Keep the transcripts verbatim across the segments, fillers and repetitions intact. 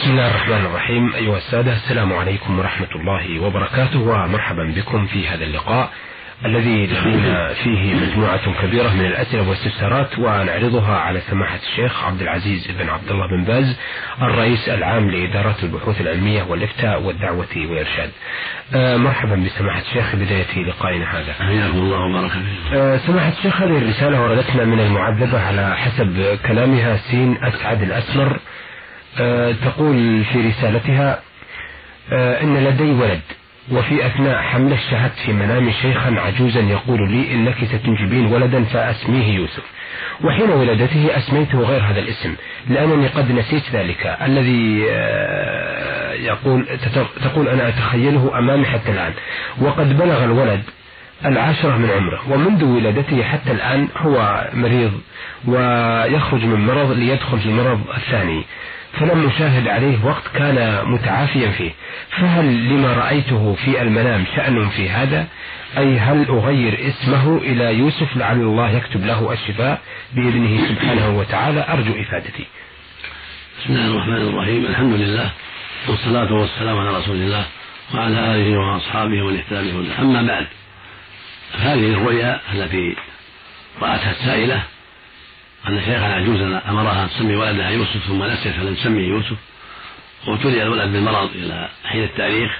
بسم الله الرحمن الرحيم. أيها السادة، السلام عليكم ورحمة الله وبركاته، ومرحبا بكم في هذا اللقاء الذي لدينا فيه مجموعة كبيرة من الأسئلة والاستفسارات، ونعرضها على سماحة الشيخ عبد العزيز بن عبد الله بن باز، الرئيس العام لإدارة البحوث العلمية والإفتاء والدعوة والإرشاد. آه مرحبا بسماحة الشيخ في بداية لقائنا هذا. حياكم الله وبارك فيكم. آه سماحة الشيخ، هذه الرسالة وردتنا من المعذبة على حسب كلامها سين أسعد الأسمر. أه تقول في رسالتها: أه إن لدي ولد، وفي أثناء حمله شاهدت في منامي شيخا عجوزا يقول لي إنك ستنجبين ولدا فأسميه يوسف، وحين ولادته أسميته غير هذا الاسم لأنني قد نسيت ذلك الذي أه يقول تقول أنا أتخيله أمامي حتى الآن، وقد بلغ الولد العاشرة من عمره، ومنذ ولادته حتى الآن هو مريض ويخرج من مرض ليدخل في المرض الثاني، فلم أشاهد عليه وقت كان متعافيا فيه، فهل لما رأيته في المنام شأن في هذا؟ أي هل أغير اسمه إلى يوسف لعل الله يكتب له الشفاء بإذنه سبحانه وتعالى؟ أرجو إفادتي. بسم الله الرحمن الرحيم. الحمد لله والصلاة والسلام على رسول الله وعلى آله وأصحابه ومن اهتدى بهداه. أما بعد، هذه الرؤيا التي رأتها السائلة أن شيخا عجوزا أمرها أن تسمي ولدها يوسف ثم نسيت فلم تسمي يوسف، وابتلي الولد بالمرض إلى حين التاريخ،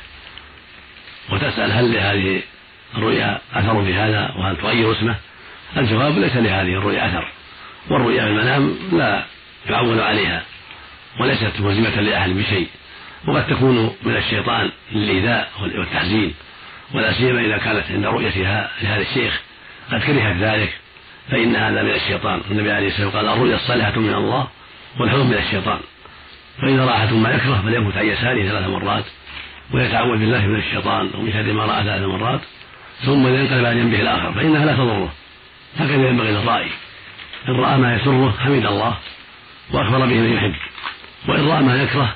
وتسأل هل لهذه الرؤيا أثر في هذا وهل تغير اسمه؟ الجواب: ليس لهذه الرؤيا أثر، والرؤيا في المنام لا يعول عليها وليست ملزمة لأحد بشيء، وقد تكون من الشيطان للإيذاء والتحزين، ولا سيما إذا كانت عند رؤيتها لهذا الشيخ قد كرهت ذلك، فإن هذا من الشيطان. النبي عليه الصلاة والسلام قال: الرؤيا الصالحة من الله والحلم من الشيطان، فإذا رأى أحد ما يكره فليمت عن يساره ثلاث مرات ويتعوذ بالله من الشيطان ومن شر ما رأى ثلاث مرات، ثم ينقلب عن جنبه الآخر فإنها لا تضره. هكذا ينبغي للرائي: إن رأى ما يسره حمد الله وأخبر به من يحب، وإن رأى ما يكره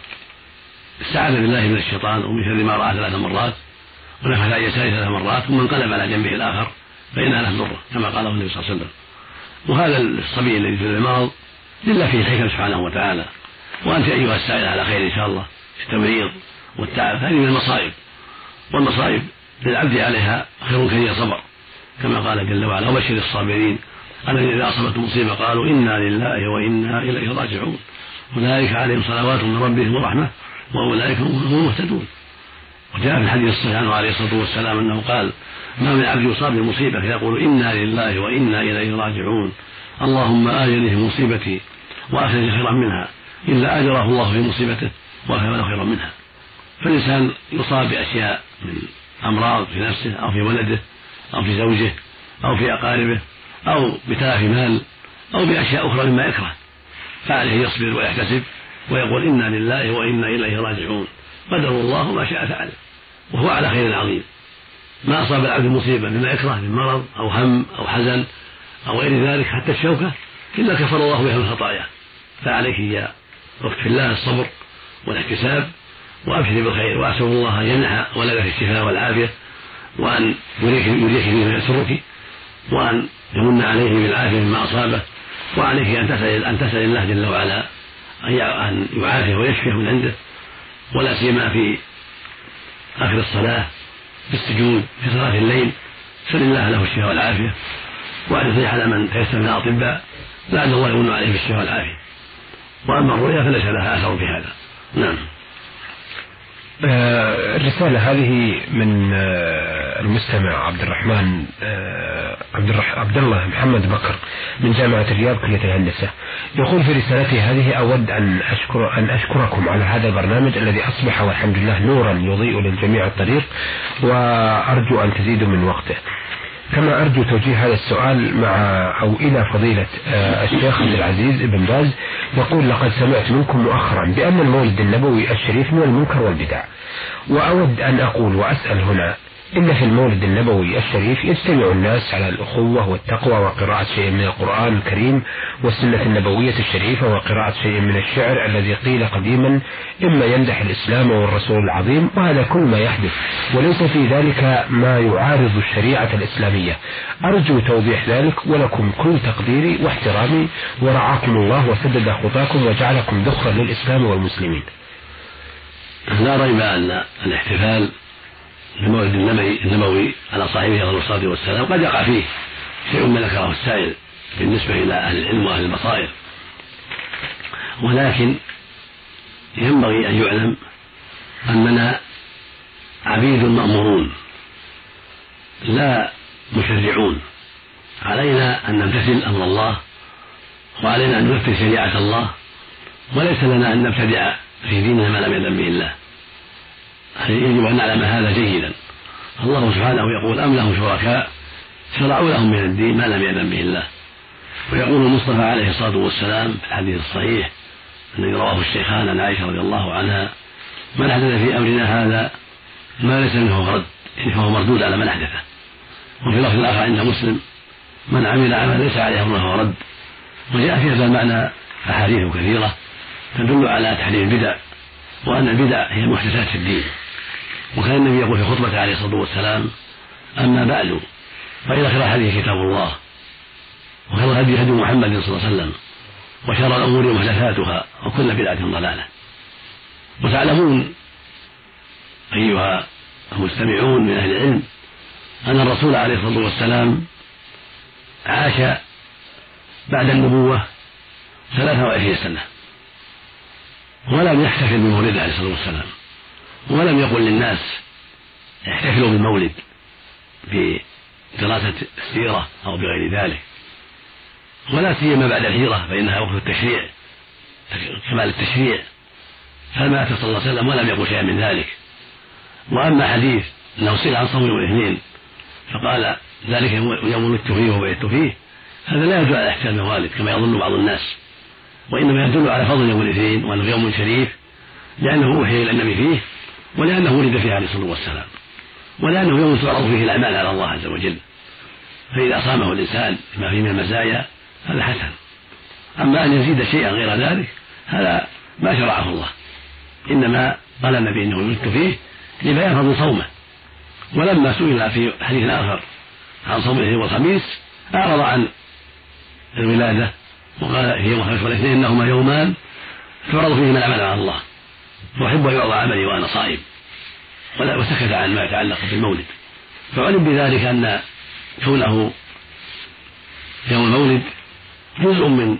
استعاذ بالله من الشيطان ومن شر ما رأى ثلاث مرات ونفث عن يساره ثلاث مرات ثم انقلب على جنبه الآخر فإنها لا تضره، كما قاله النبي صلى الله عليه وسلم. وهذا الصبي الذي في المرض لله فيه الحكم سبحانه وتعالى، وأنت أيها السائل على خير إن شاء الله في التمريض والتعب، هذه من المصائب، والمصائب للعبد عليها خير كثير صبر، كما قال جل وعلا: وبشر الصابرين الذين إذا أصابتهم مصيبة قالوا إنا لله وإنا إليه راجعون أولئك عليهم صلوات من ربهم ورحمة وأولئك هم المهتدون. وجاء في الحديث الصحيح عنه عليه الصلاة والسلام أنه قال: ما من عبد يصاب بمصيبة فيقول إنا لله وإنا إليه راجعون اللهم آجله في مصيبتي وأخرج خيرا منها إلا أجره الله في مصيبته وأخرج خيرا منها. فالإنسان يصاب بأشياء من أمراض في نفسه أو في ولده أو في زوجه أو في أقاربه أو بتلف مال أو بأشياء أخرى مما يكره، فعليه يصبر ويحتسب ويقول إنا لله وإنا إليه راجعون، قدر الله ما شاء فعل، وهو على خير عظيم. ما أصاب العبد مصيبة مما يكره من مرض أو هم أو حزن أو غير ذلك حتى الشوكة إلا كفر الله بها من خطاياه، فعليك يا أخت في الله الصبر والاحتساب وأبشري بالخير، وأسأل الله أن يمنح ولدك الشفاء والعافية، وأن يريك يريك فيما يسرك، وأن يمن عليه بالعافية مما أصابه، وعليك أن تسأل أن تسأل الله جل وعلا أن يعافيه ويشفيه من عنده، ولا سيما في آخر الصلاة في السجود في صلاة الليل، سل الله له الشفاء والعافية، وأعرض على من تيسر من الأطباء لعل الله يمن عليه بالشفاء والعافية. وأما الرؤيا فليس لها أثر في هذا. نعم. آه الرسالة هذه من آه المستمع عبد الرحمن آه عبد, الرح... عبد الله محمد بكر من جامعة الرياض كلية الهندسة. يقول في رسالته هذه: أود أن أشكر أن أشكركم على هذا البرنامج الذي أصبح والحمد لله نورا يضيء للجميع الطريق، وأرجو أن تزيدوا من وقته. كما أرجو توجيه هذا السؤال مع أو إلى فضيلة الشيخ عبد العزيز بن باز. يقول: لقد سمعت منكم مؤخرا بأن المولد النبوي الشريف من المنكر والبدع، وأود أن أقول وأسأل هنا: إن في المولد النبوي الشريف يجتمع الناس على الأخوة والتقوى وقراءة شيء من القرآن الكريم والسنة النبوية الشريفة وقراءة شيء من الشعر الذي قيل قديما إما يمدح الإسلام والرسول العظيم، وهذا كل ما يحدث، وليس في ذلك ما يعارض الشريعة الإسلامية. أرجو توضيح ذلك، ولكم كل تقديري واحترامي، ورعاكم الله وسدد خطاكم وجعلكم ذخرا للإسلام والمسلمين. لا ريب أن الاحتفال بمولد النبوي على صاحبه عليه الصلاة والسلام قد يقع فيه شيء ما ذكره السائل بالنسبة إلى أهل العلم وأهل البصائر، ولكن ينبغي أن يعلم أننا عبيد مأمورون لا مشرعون، علينا أن نمتثل أمر الله وعلينا أن ننفذ شريعة الله، وليس لنا أن نبتدع في ديننا ما لم يأذن به الله. يجب أن نعلم هذا جيدا. الله سبحانه يقول: أم لهم شركاء شرعوا لهم من الدين ما لم يأذن به الله. ويقول المصطفى عليه الصلاة والسلام في الحديث الصحيح الذي رواه الشيخان عن عائشة رضي الله عنها: من أحدث في أمرنا هذا ما ليس منه فرد فهو مردود على من أحدثه. وفي لفظ الآخر عند مسلم: من عمل عملا ليس عليه أمرنا فهو رد. وجاء في هذا المعنى أحاديث كثيرة تدل على تحريم البدع، وأن البدع هي محدثات في الدين. وكان النبي يقول في خطبته عليه الصلاة والسلام: أما بعد فإن خير الحديث كتاب الله، وخير الهدي هدي محمد صلى الله عليه وسلم، وشر الأمور محدثاتها، وكل بدعة ضلالة. وتعلمون أيها المستمعون من أهل العلم أن الرسول عليه الصلاة والسلام عاش بعد النبوة ثلاثة وعشرين سنة، ولم يحتفل بمولده عليه الصلاة والسلام، ولم يقل للناس احتفلوا بالمولد بدراسة السيرة أو بغير ذلك، ولا سيما بعد الهجرة فإنها وقت التشريع كمال التشريع، فمات صلى الله عليه وسلم ولم يقل شيئا من ذلك. وأما حديث أنه سئل عن صوم يوم الاثنين فقال ذلك يوم ولدت فيه وبعثت فيه، هذا لا يدل على احتفال الموالد كما يظن بعض الناس، وإنما يدل على فضل يوم الاثنين وأنه يوم شريف لأنه أوحي إلى النبي فيه، ولأنه ولد فيه عليه الصلاة والسلام، ولأنه يوم تعرض فيه الأعمال على الله عز وجل، فإذا صامه الإنسان بما فيه من المزايا هذا حسن. أما أن يزيد شيئا غير ذلك هذا ما شرعه الله، إنما قال النبي إنه ولدت فيه لبيان فضل صومه. ولما سئل في حديث آخر عن صوم الاثنين والخميس أعرض عن الولادة وقال في يوم الخميس والاثنين إنهما يومان تعرض فيهما الأعمال على الله، وأحب أن يعرض عملي وأنا صائم، وسكت عن ما يتعلق بالمولد. فعلم بذلك أن كونه يوم المولد جزء من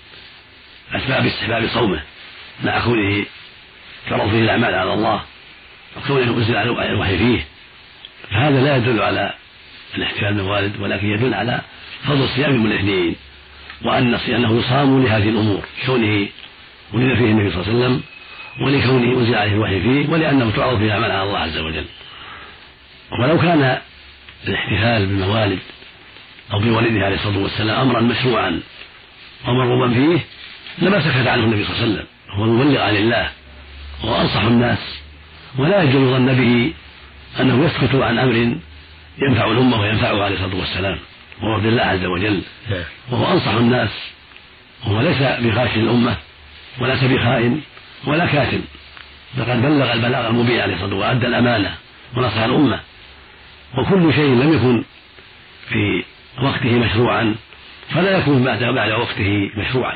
أسباب استحباب صومه مع كونه تعرض فيه الأعمال على الله وكونه أنزل على الوحي فيه، فهذا لا يدل على الاحتفال بالموالد، ولكن يدل على فضل صيام يوم الاثنين، وأن أنه يصام لهذه الأمور، كونه ولد فيه النبي صلى الله عليه وسلم، ولكونه أنزل عليه الوحي فيه، ولأنه تعرض فيه الأعمال على الله عز وجل. ولو كان الاحتفال بالموالد أو بولده عليه الصلاة والسلام أمرا مشروعا ومرغوبا فيه لما سكت عنه النبي صلى الله عليه وسلم، هو المبلغ عن الله وأنصح الناس، ولا يجوز الظن به أنه يسكت عن أمر ينفع الأمة وينفعه عليه الصلاة والسلام، وهو عبد الله عز وجل، وهو أنصح الناس، وهو ليس بغاش الأمة وليس بخائن ولا كاتم، لقد بلغ البلاغ المبين عليه الصلاة والسلام وأدى الأمانة ونصح الأمة. وكل شيء لم يكن في وقته مشروعا فلا يكون بعد بعد وقته مشروعا.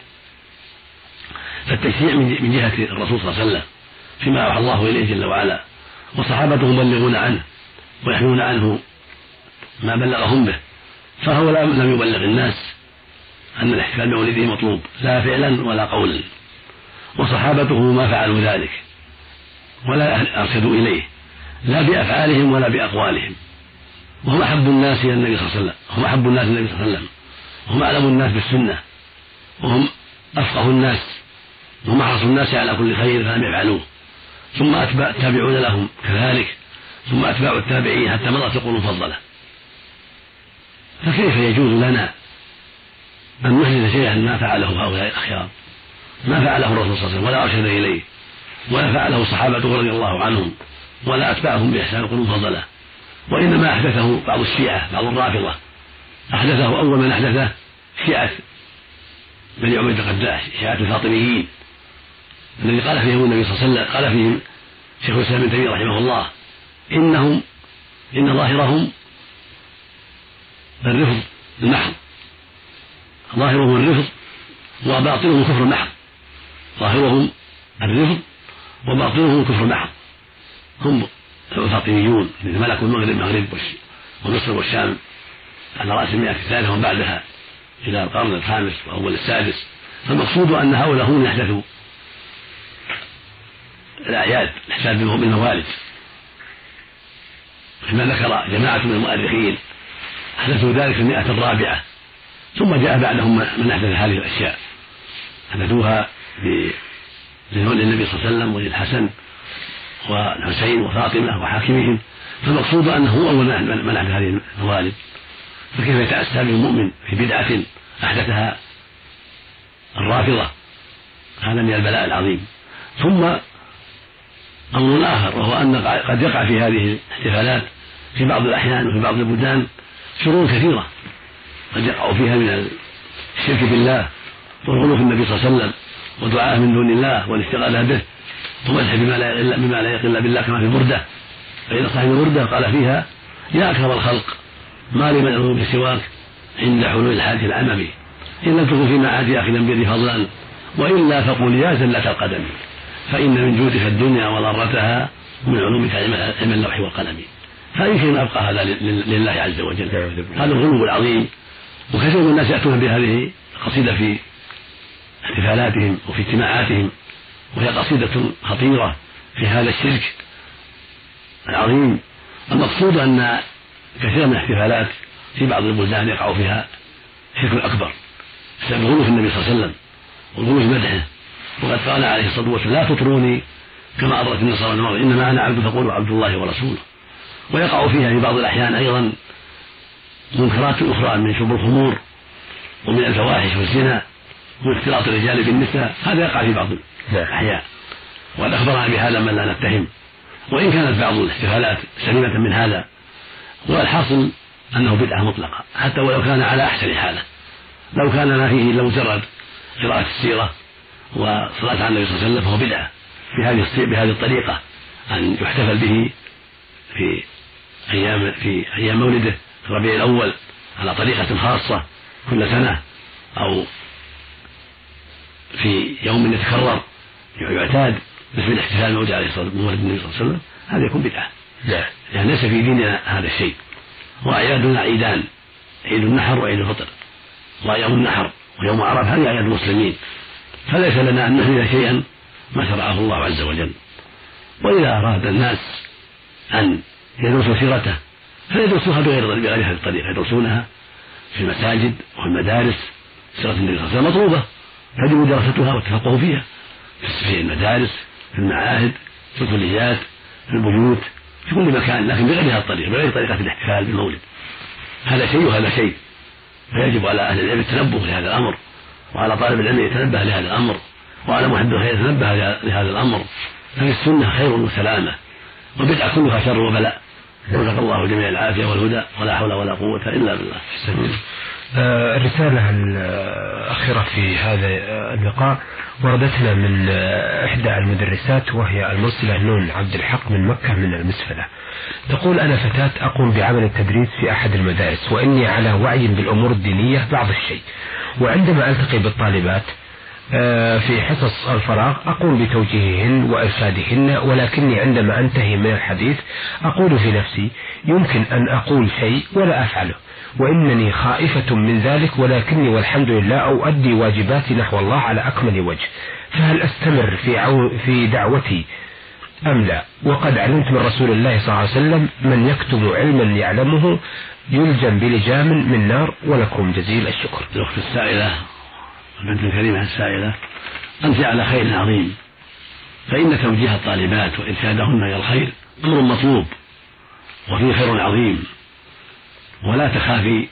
فالتشريع من جهة الرسول صلى الله عليه وسلم فيما أوحى الله إليه جل وعلا، وصحابته مبلغون عنه ويحملون عنه ما بلغهم به، فهو لم يبلغ الناس أن الاحتفال بمولده مطلوب لا فعلا ولا قولا، وصحابته ما فعلوا ذلك ولا أرشدوا إليه لا بأفعالهم ولا بأقوالهم، وهم أحب الناس إلى النبي صلى الله عليه وسلم، هم أحب الناس إلى النبي صلى الله عليه وسلم، هم أعلم الناس بالسنة، وهم أفقه الناس، وهم أحرص الناس على كل خير فلم يفعلوه، ثم أتباع التابعون لهم كذلك، ثم أتباع التابعين حتى مضت القرون المفضلة. فكيف يجوز لنا أن نحدث شيئا ما فعله هؤلاء الأخيار، ما فعله الرسول صلى الله عليه وسلم ولا أرشد إليه، ولا فعله الصحابة رضي الله عنهم ولا أتباعهم بإحسان القرون المفضلة، وإنما أحدثه بعض الشيعة بعض الرافضة، أحدثه أول من أحدثه شيعة بني عبيد القداح، شيعة الفاطميين الذي قال فيهم النبي صلى الله عليه وسلم، قال فيهم شيخ الإسلام ابن تيمية رحمه الله: إنهم إن ظاهرهم الرفض المحض، ظاهرهم الرفض وباطنهم كفر محض، ظاهرهم الرفض وباطنه كفر محض. هم الفاطميون الذين ملكوا المغرب المغرب ومصر والشام على رأس المئة الثالثة وبعدها إلى القرن الخامس وأول السادس. فالمقصود أن هؤلاء هم يحدثوا الأعياد الاحتفال بالموالد، كما ذكر جماعة من المؤرخين أحدثوا ذلك في المئة الرابعة، ثم جاء بعدهم من أحدث هذه الأشياء أحدثوها للنبي صلى الله عليه وسلم وللحسن والحسين وفاطمة وحاكمهم. فالمقصود أنه أول من أحدث هذه الموالد، فكيف يتأسى بالمؤمن في بدعة أحدثها الرافضة؟ هذا من البلاء العظيم. ثم أمر آخر، وهو أن قد يقع في هذه الاحتفالات في بعض الأحيان وفي بعض البلدان شرور كثيرة قد يقع فيها من الشرك بالله والغلو في النبي صلى الله عليه وسلم ودعاء من دون الله والاستغاثة به ومدح بما لا يقل بما لا يقل بالله، كما في البردة. فإن صاحب البردة قال فيها: يا أكرم الخلق ما لمن يدعو بسواك عند حلول الحادث العممي، إن لم تكن في معادي آخذا بيدي فضلا وإلا فقل يا زلة القدم، فإن من جودك الدنيا وضرتها ومن علومك علم اللوح والقلم. فيمكن أن أبقى هذا لله عز وجل، هذا الغلو العظيم. وكثير من الناس يأتون بهذه القصيدة في احتفالاتهم وفي اجتماعاتهم، وهي قصيدة خطيرة في هذا الشرك العظيم. المقصود أن كثير من الاحتفالات في بعض البلدان يقع فيها شرك أكبر بسبب الغلو في النبي صلى الله عليه وسلم والغلو في مدحه. وقد قال عليه الصلاة والسلام: لا تطروني كما أطرت النصارى والمغرب، إنما أنا عبد فقولوا عبد الله ورسوله. ويقع فيها في بعض الأحيان أيضا منكرات أخرى من شرب الخمور ومن الفواحش والزنا ومن اختلاط الرجال بالنساء، هذا يقع في بعض الأحيان، وقد أخبرنا بهذا من لا نتهم. وإن كانت بعض الاحتفالات سليمة من هذا، والحاصل أنه بدعة مطلقة حتى ولو كان على أحسن حالة. لو كان ما فيه إلا مجرد قراءة السيرة وصلاة على النبي صلى الله عليه وسلم فهو بدعة بهذه بهذه الطريقة، أن يحتفل به في أيام في أيام مولده في الربيع الأول على طريقة خاصة كل سنة، أو في يوم يتكرر يعتاد مثل الاحتفال بمولد عليه الصلاة والسلام النبي صلى الله عليه وسلم، هذا يكون بدعة. لا يعني ليس في ديننا هذا الشيء. وأعيادنا عيدان، عيد النحر وعيد الفطر، ويوم النحر ويوم عرفة هذه أعياد المسلمين، فليس لنا أن نحيي شيئا ما شرعه الله عز وجل. وإذا أراد الناس أن يدرسوا سيرته فيدرسوها بغير بغير هذه الطريقة، يدرسونها في المساجد وفي المدارس. سيرة النبي صلى الله عليه وسلم مطلوبة، يجب دراستها والتفقه فيها في المدارس، في المعاهد، في الكليات، في البيوت، في كل مكان، لكن بغير هذه الطريقة، بغير طريقة الاحتفال بالمولد. هذا شيء وهذا شيء، فيجب على أهل العلم التنبه لهذا الأمر، وعلى طالب العلم يتنبه لهذا الأمر، وعلى محب الخير يتنبه لهذا الأمر. ففي السنة خير وسلامة، والبدعة كلها شر وبلاء. رزق الله جميع العافية والهدى، ولا حول ولا قوة إلا بالله. آه الرسالة الأخيرة في هذا اللقاء وردتنا من آه إحدى المدرسات، وهي المرسلة نون عبد الحق من مكة من المسفلة. تقول: أنا فتاة أقوم بعمل التدريس في أحد المدارس، وإني على وعي بالأمور الدينية بعض الشيء، وعندما ألتقي بالطالبات في حصص الفراغ أقوم بتوجيههن وإرشادهن، ولكني عندما أنتهي من الحديث أقول في نفسي: يمكن أن أقول شيء ولا أفعله، وإنني خائفة من ذلك، ولكني والحمد لله أؤدي واجباتي نحو الله على أكمل وجه، فهل أستمر في, عو في دعوتي أم لا؟ وقد علمت من رسول الله صلى الله عليه وسلم: من يكتب علما يعلمه يلجم بلجام من نار. ولكم جزيل الشكر. الأخت السائلة البنت الكريمة السائلة، أنت على خير عظيم، فإن توجيه الطالبات وإرشادهن إلى الخير أمر مطلوب وفيه خير عظيم، ولا تخافي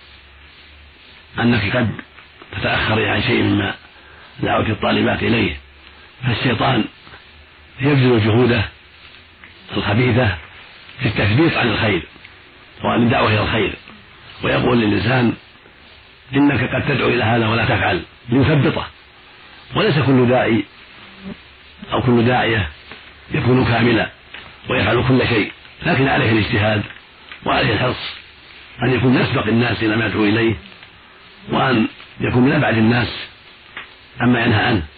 أنك قد تتأخري عن شيء مما دعوت الطالبات إليه، فالشيطان يبذل جهوده الخبيثة في التثبيط عن الخير وعن الدعوة إلى الخير، ويقول للإنسان: إنك قد تدعو إلى هذا ولا تفعل، ليثبطه. وليس كل داعي أو كل داعية يكون كاملا ويفعل كل شيء، لكن عليه الاجتهاد وعليه الحرص أن يكون يسبق الناس إلى ما يدعو إليه، وأن يكون من أبعد الناس عما ينهى عنه،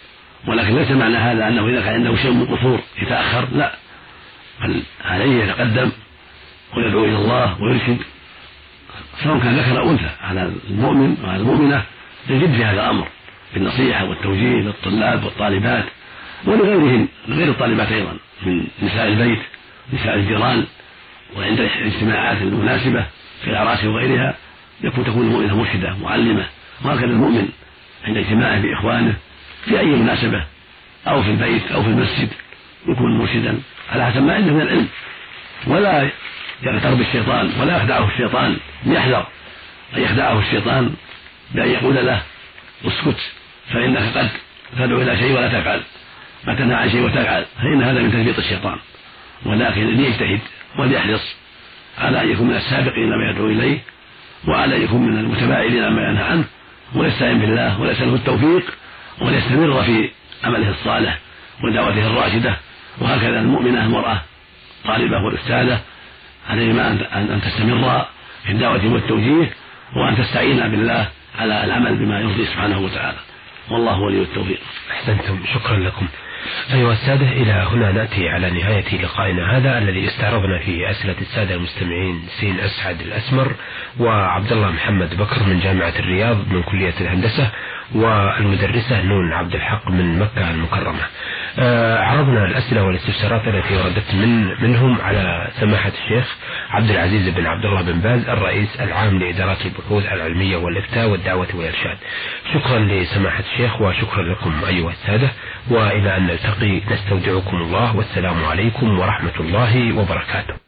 ولكن ليس معنى هذا أنه إذا كان عنده شيء من قصور يتأخر، لا، بل عليه يتقدم ويدعو إلى الله ويرشد سواء كان ذكر أو أنثى، على المؤمن وعلى المؤمنة يجد في هذا الأمر بالنصيحة والتوجيه للطلاب والطالبات ولغيرهم، غير الطالبات أيضا من نساء البيت نساء الجيران، وعند الاجتماعات المناسبة في الأعراس وغيرها يكون تكون المؤمنة مرشدة معلمة. وهكذا المؤمن عند اجتماعه بإخوانه في أي مناسبة أو في البيت أو في المسجد يكون مرشدا على حسب ما عنده من العلم، ولا يغتر بالشيطان ولا يخدعه الشيطان، يحذر أن يخدعه الشيطان بأن يقول له اسكت فإنك قد تدعو إلى شيء ولا تفعل، ما تنهى عن شيء وتفعل، فإن هذا من تثبيط الشيطان. ولكن ليجتهد وليحرص على أن يكون من السابقين ما يدعو إليه، وعلى أن يكون من المتباعدين عما ينهى عنه، ويستعين بالله ويسأله التوفيق وليستمر في عمله الصالح ودعوته الراشدة. وهكذا المؤمنة المرأة طالبة والأستاذة عليهما أن تستمر في الدعوة والتوجيه، وأن تستعين بالله على العمل بما يرضي سبحانه وتعالى، والله ولي التوفيق. أحسنتم، شكرا لكم. أيها السادة، إلى هنا نأتي على نهاية لقائنا هذا الذي استعرضنا فيه أسئلة السادة المستمعين سين أسعد الأسمر وعبد الله محمد بكر من جامعة الرياض من كلية الهندسة، والمدرسة نون عبد الحق من مكة المكرمة. عرضنا الأسئلة والاستفسارات التي وردت من منهم على سماحة الشيخ عبد العزيز بن عبد الله بن باز الرئيس العام لإدارات البحوث العلمية والإفتاء والدعوة والإرشاد. شكرا لسماحة الشيخ وشكرا لكم أيها السادة، وإلى أن نلتقي نستودعكم الله، والسلام عليكم ورحمة الله وبركاته.